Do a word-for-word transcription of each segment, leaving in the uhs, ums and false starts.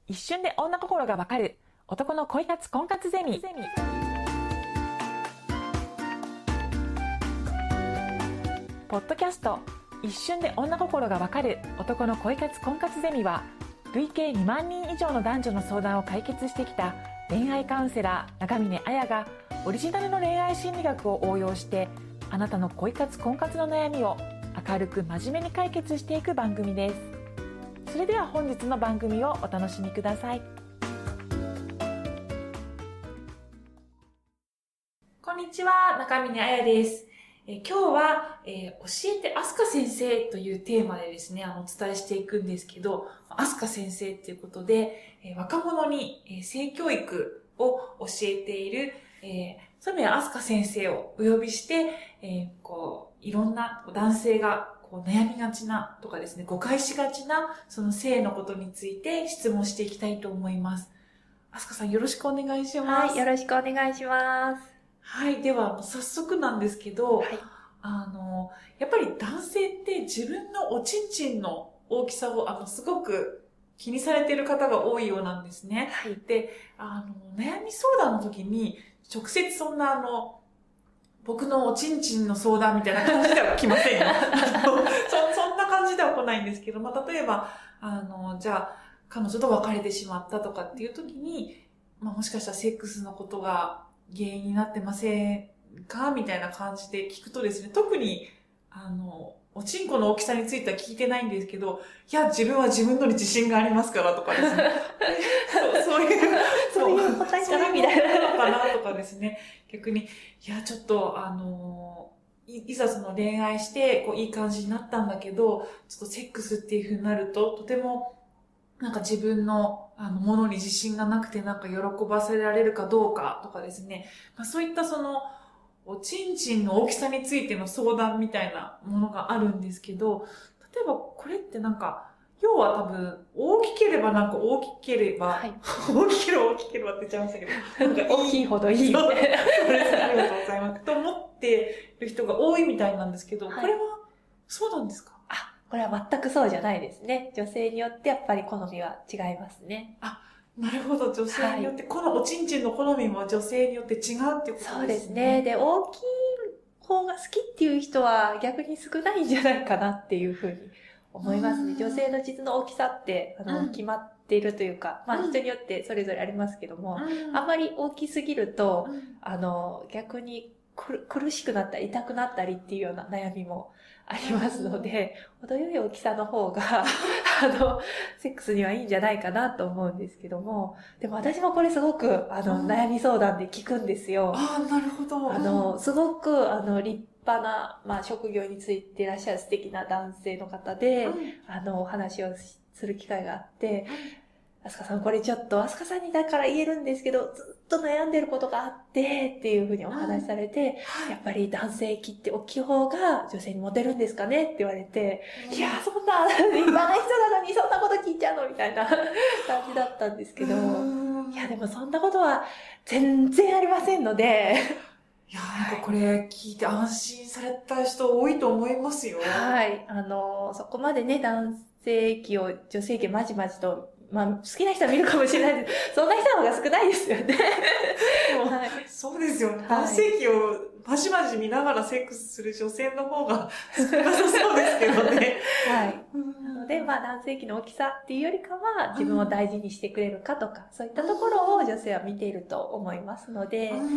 一瞬で女心がわかる男の恋活婚活ゼミ。ポッドキャスト一瞬で女心がわかる男の恋活婚活ゼミは、累計にまんにん以上の男女の相談を解決してきた恋愛カウンセラー長峰彩がオリジナルの恋愛心理学を応用して、あなたの恋活婚活の悩みを明るく真面目に解決していく番組です。それでは本日の番組をお楽しみください。こんにちは、中峰彩です。え今日は、えー、教えてあすか先生というテーマでですね、あのお伝えしていくんですけど、あすか先生ということで、えー、若者に、えー、性教育を教えている、えー、染谷あすか先生をお呼びして、えー、こういろんな男性がこう悩みがちなとかですね、誤解しがちなその性のことについて質問していきたいと思います。あすかさん、よろしくお願いします。 はい、よろしくお願いします。 はい、では早速なんですけど、 はい、 あのやっぱり男性って自分のおちんちんの大きさをあのすごく気にされている方が多いようなんですね。 はい、 で、あの悩み相談の時に直接そんなあの僕のおちんちんの相談みたいな感じでは来ませんよ。あの そ, そんな感じでは来ないんですけど、まあ、例えばあのじゃあ彼女と別れてしまったとかっていう時に、まあ、もしかしたらセックスのことが原因になってませんかみたいな感じで聞くとですね、特にあのおちんこの大きさについては聞いてないんですけど、いや自分は自分のに自信がありますからとかですねそう、そういうそういう答えかなみたいなのかなとかですね、逆にいやちょっとあのい, いざその恋愛してこういい感じになったんだけど、ちょっとセックスっていう風になるととてもなんか自分のあのものに自信がなくて、なんか喜ばせられるかどうかとかですね、まあ、そういったそのおちんちんの大きさについての相談みたいなものがあるんですけど、例えばこれってなんか要は多分大きければなんか大きければ、はい、大きければ大きければって言っちゃいましたけど、 なんか大きいほどいいみたいな。 そうですね、ありがとうございますと思ってる人が多いみたいなんですけど、はい、これはそうなんですか？ あ、これは全くそうじゃないですね。女性によってやっぱり好みは違いますね。 あ、なるほど。女性によって、はい、このおちんちんの好みも女性によって違うっていうことですね。 そうですね。で、大きい方が好きっていう人は逆に少ないんじゃないかなっていうふうに思いますね。女性の膣の大きさってあの、うん、決まっているというか、まあ人によってそれぞれありますけども、うん、あんまり大きすぎると、うん、あの逆に苦しくなったり痛くなったりっていうような悩みもありますので、程よい大きさの方があのセックスにはいいんじゃないかなと思うんですけども、でも私もこれすごくあの悩み相談で聞くんですよ。 ああ、なるほど。 あのすごくあの立派な、まあ、職業についていらっしゃる素敵な男性の方で、うん、あのお話をする機会があって、あすかさんこれちょっとあすかさんにだから言えるんですけど、ずっと悩んでることがあってっていうふうにお話しされて、うん、やっぱり男性器って大きい方が女性にモテるんですかねって言われて、うん、いやそんな立派な人なのにそんなこと聞いちゃうのみたいな感じだったんですけど、いやでもそんなことは全然ありませんのでいやー、なんかこれ聞いて安心された人多いと思いますよ。 はい。あの、そこまでね、男性器を女性器まじまじと、まあ、好きな人は見るかもしれないです。そんな人の方が少ないですよね。でも、はい、そうですよね。はい、男性器をまじまじ見ながらセックスする女性の方が少なさそうですけどね。 はい。なので、まあ、男性器の大きさっていうよりかは、自分を大事にしてくれるかとか、そういったところを女性は見ていると思いますので、はい。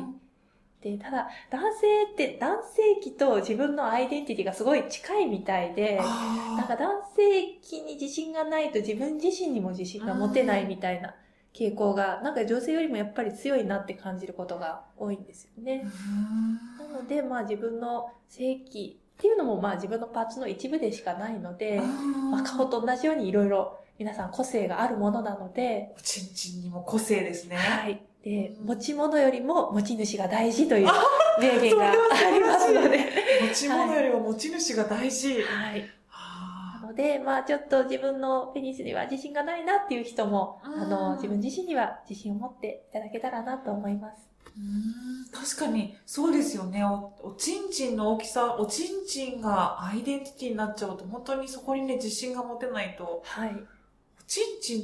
で、ただ、男性って男性器と自分のアイデンティティがすごい近いみたいで、なんか男性器に自信がないと自分自身にも自信が持てないみたいな傾向が、なんか女性よりもやっぱり強いなって感じることが多いんですよね。なので、まあ自分の性器っていうのもまあ自分のパーツの一部でしかないので、まあ顔と同じようにいろいろ皆さん個性があるものなので、 おちんちんにも個性ですね。 はい。で、持ち物よりも持ち主が大事という名言がありますので。 持ち物よりも持ち主が大事。 はい。なので、まあちょっと自分のペニスには自信がないなっていう人も、あの、自分自身には自信を持っていただけたらなと思います。 うーん、確かにそうですよね。お、おちんちんの大きさ、おちんちんがアイデンティティになっちゃうと、本当にそこにね、自信が持てないと。 はい。 おちんちんと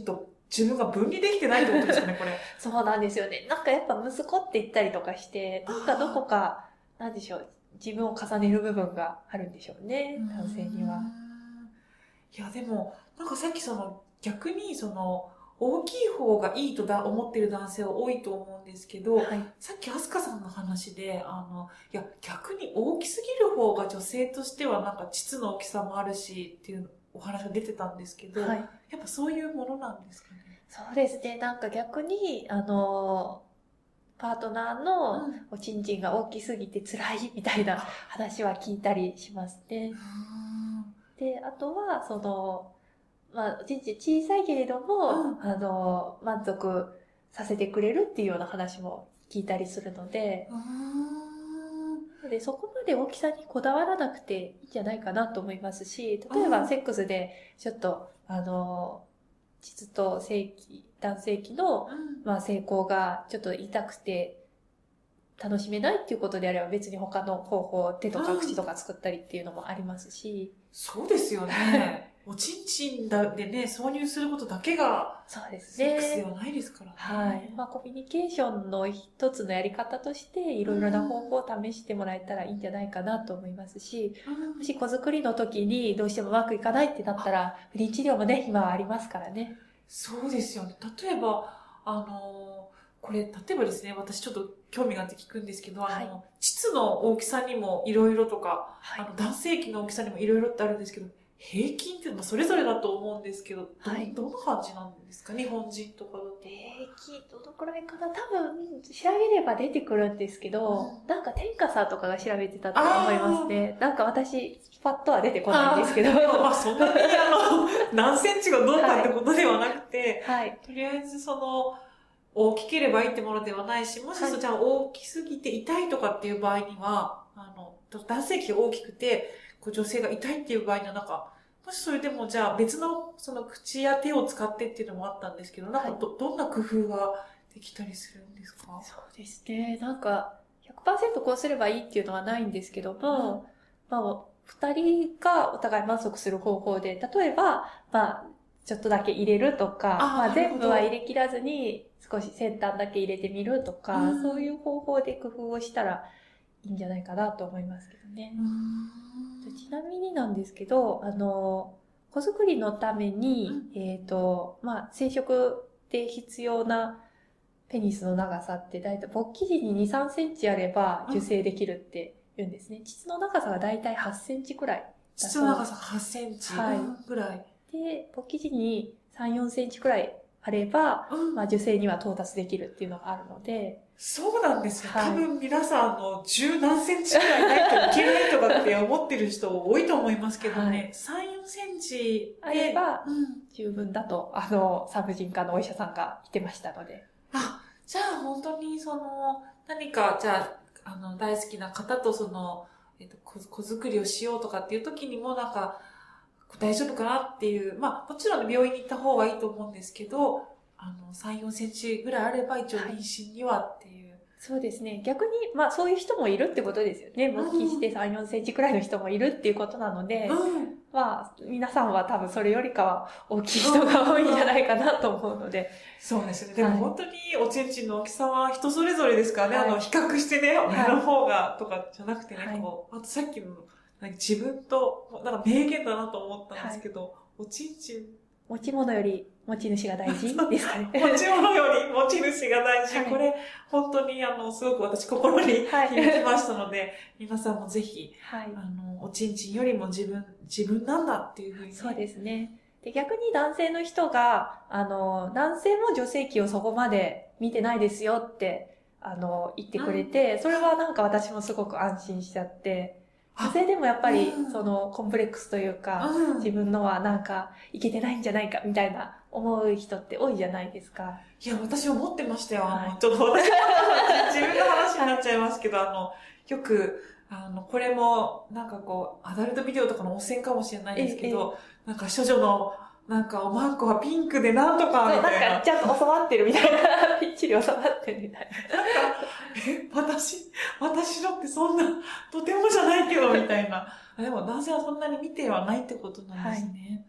自分が分離できてないってことですかね、これ。 そうなんですよね。なんかやっぱ息子って言ったりとかして、なんかどこか、なんでしょう、自分を重ねる部分があるんでしょうね、男性には。 いや、でも、なんかさっきその、逆にその、大きい方がいいとだ思ってる男性は多いと思うんですけど、 はい、 さっきアスカさんの話で、あの、いや、逆に大きすぎる方が女性としてはなんか膣の大きさもあるしっていうお話が出てたんですけど、はい、やっぱそういうものなんですかね。 そうですね。なんか逆に、あの、パートナーのおちんちんが大きすぎて辛いみたいな話は聞いたりしますね。で、あとは、その、まあ、おちんちん小さいけれども、うん、あの、満足させてくれるっていうような話も聞いたりするので、でそこまで大きさにこだわらなくていいんじゃないかなと思いますし、例えばセックスでちょっと、あの、膣と性器、男性器の、まあ、性交がちょっと痛くて楽しめないっていうことであれば別に他の方法、手とか口とか作ったりっていうのもありますし。 そうですよね。おちんちんだでね、挿入することだけが、 そうですね。 セックスではないですからね。 はい。まあ、コミュニケーションの一つのやり方として、いろいろな方法を試してもらえたらいいんじゃないかなと思いますし、もし子作りの時にどうしてもうまくいかないってなったら、不妊治療もね、今はありますからね。 そうですよね。例えば、あの、これ、例えばですね、私ちょっと興味があって聞くんですけど、はい、あの、膣の大きさにもいろいろとか、はい、あの、男性器の大きさにもいろいろってあるんですけど、平均っていうのはそれぞれだと思うんですけど、はい、どんな感じなんですか、日本人とかだと。 平均どのくらいかな、多分調べれば出てくるんですけど、うん、なんか天下さんとかが調べてたと思いますね。なんか私パッとは出てこないんですけど、 あまあそんなにあの何センチがどうかってことではなくて、 はい、 とりあえずその大きければいいってものではないし、もしそうじゃあ大きすぎて痛いとかっていう場合には、あの男性器が大きくてこう女性が痛いっていう場合にはなんか、もしそれでもじゃあ別のその口や手を使ってっていうのもあったんですけど、なんか ど,、はい、どんな工夫ができたりするんですか？ そうですね。なんか ひゃくパーセント こうすればいいっていうのはないんですけども、うん、まあ二人がお互い満足する方法で、例えばまあちょっとだけ入れるとか、あまあ全部は入れ切らずに少し先端だけ入れてみるとか、うん、そういう方法で工夫をしたらいいんじゃないかなと思いますけどね。うん、ちなみになんですけど、あの、子作りのために、うん、えっと、まあ、生殖で必要なペニスの長さってだいたい勃起時にに、さんセンチあれば受精できるって言うんですね。膣の長さがだいたいはちセンチくらい。 膣の長さはちセンチぐらい。はい、 で、勃起時にさん、よんセンチくらいあれば、うん、まあ受精には到達できるっていうのがあるので。 そうなんですよ。はい、多分皆さんの十何センチくらいないといけないとかって思ってる人多いと思いますけどね。はい、さん、よんセンチあれば、十分だと、あの、産婦人科のお医者さんが言ってましたので。 あ、じゃあ本当にその、何か、じゃあ、あの、大好きな方とその、えっと、子、子作りをしようとかっていう時にもなんか、大丈夫かなっていう、まあ、もちろん病院に行った方がいいと思うんですけど、あの、さん、よんセンチぐらいあれば一応妊娠にはっていう、はい。 そうですね。逆に、まあそういう人もいるってことですよね。勃起してさん、よんセンチくらいの人もいるっていうことなので、うん、まあ皆さんは多分それよりかは大きい人が多いんじゃないかなと思うので。 そうですね。でも本当におちんちんの大きさは人それぞれですからね。はい、あの、比較してね、俺の方がとかじゃなくてね、はい、こう、あとさっきの、なんか自分と、なんか名言だなと思ったんですけど、はい、おちんちん。 持ち物より持ち主が大事ですかね。 持ち物より持ち主が大事。はい、これ、本当にあの、すごく私心に響きましたので、はい、皆さんもぜひ、はい、あの、おちんちんよりも自分、自分なんだっていうふうに、ね。 そうですね。で、逆に男性の人が、あの、男性も女性器をそこまで見てないですよって、あの、言ってくれて、うん、それはなんか私もすごく安心しちゃって、女性でもやっぱり、その、コンプレックスというか、うん、自分のはなんか、いけてないんじゃないか、みたいな、思う人って多いじゃないですか。 いや、私思ってましたよ。はい、ちょっと私自分の話になっちゃいますけど、はい、あの、よく、あの、これも、なんかこう、アダルトビデオとかの汚染かもしれないですけど、ええ、なんか、処女の、なんか、おまんこはピンクでなんとか、みたいな。 なんか、ちゃんと収まってるみたいな。ぴっちり収まってるみたいな。 なんか、え、私、私のってそんな、とてもじゃないけど、みたいな。でも、男性はそんなに見てはないってことなんですね。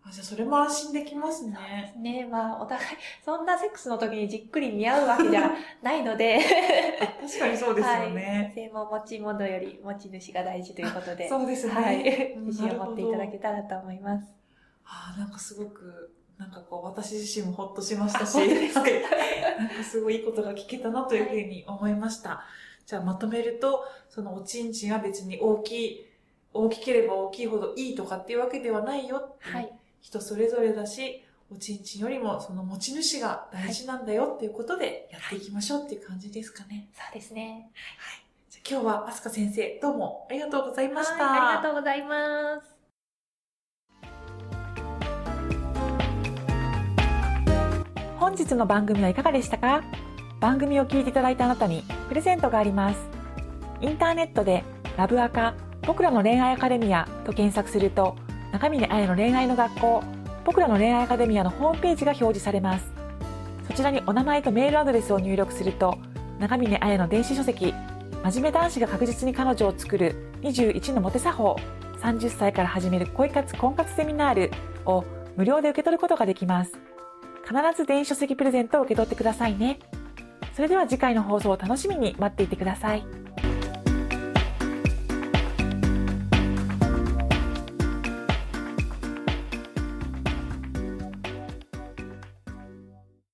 あ、じゃあそれも安心できますね。 ね、まあお互いそんなセックスの時にじっくり見合うわけじゃないので確かにそうですよね。 はい、性も持ち物より持ち主が大事ということで、 そうですね。 はい、自信を持っていただけたらと思います。 ああ、なんかすごく、なんかこう私自身もほっとしましたし、 本当ですかなんかすごいいいことが聞けたなというふうに思いました。はい、じゃあまとめると、そのおちんちんは別に大きい、大きければ大きいほどいいとかっていうわけではないよっていう、はい、人それぞれだし、おちんちんよりもその持ち主が大事なんだよっていうことでやっていきましょうっていう感じですかね。 そうですね。 はい。じゃあ今日は飛鳥先生、どうもありがとうございました。 はい、ありがとうございます。 本日の番組はいかがでしたか？番組を聞いていただいたあなたにプレゼントがあります。インターネットでラブアカ、僕らの恋愛アカデミアと検索すると、中峰彩の恋愛の学校、僕らの恋愛アカデミアのホームページが表示されます。そちらにお名前とメールアドレスを入力すると、中峰彩の電子書籍、真面目男子が確実に彼女を作るにじゅういちのモテ作法、さんじゅっさいから始める恋活婚活セミナールを無料で受け取ることができます。必ず電子書籍プレゼントを受け取ってくださいね。それでは次回の放送を楽しみに待っていてください。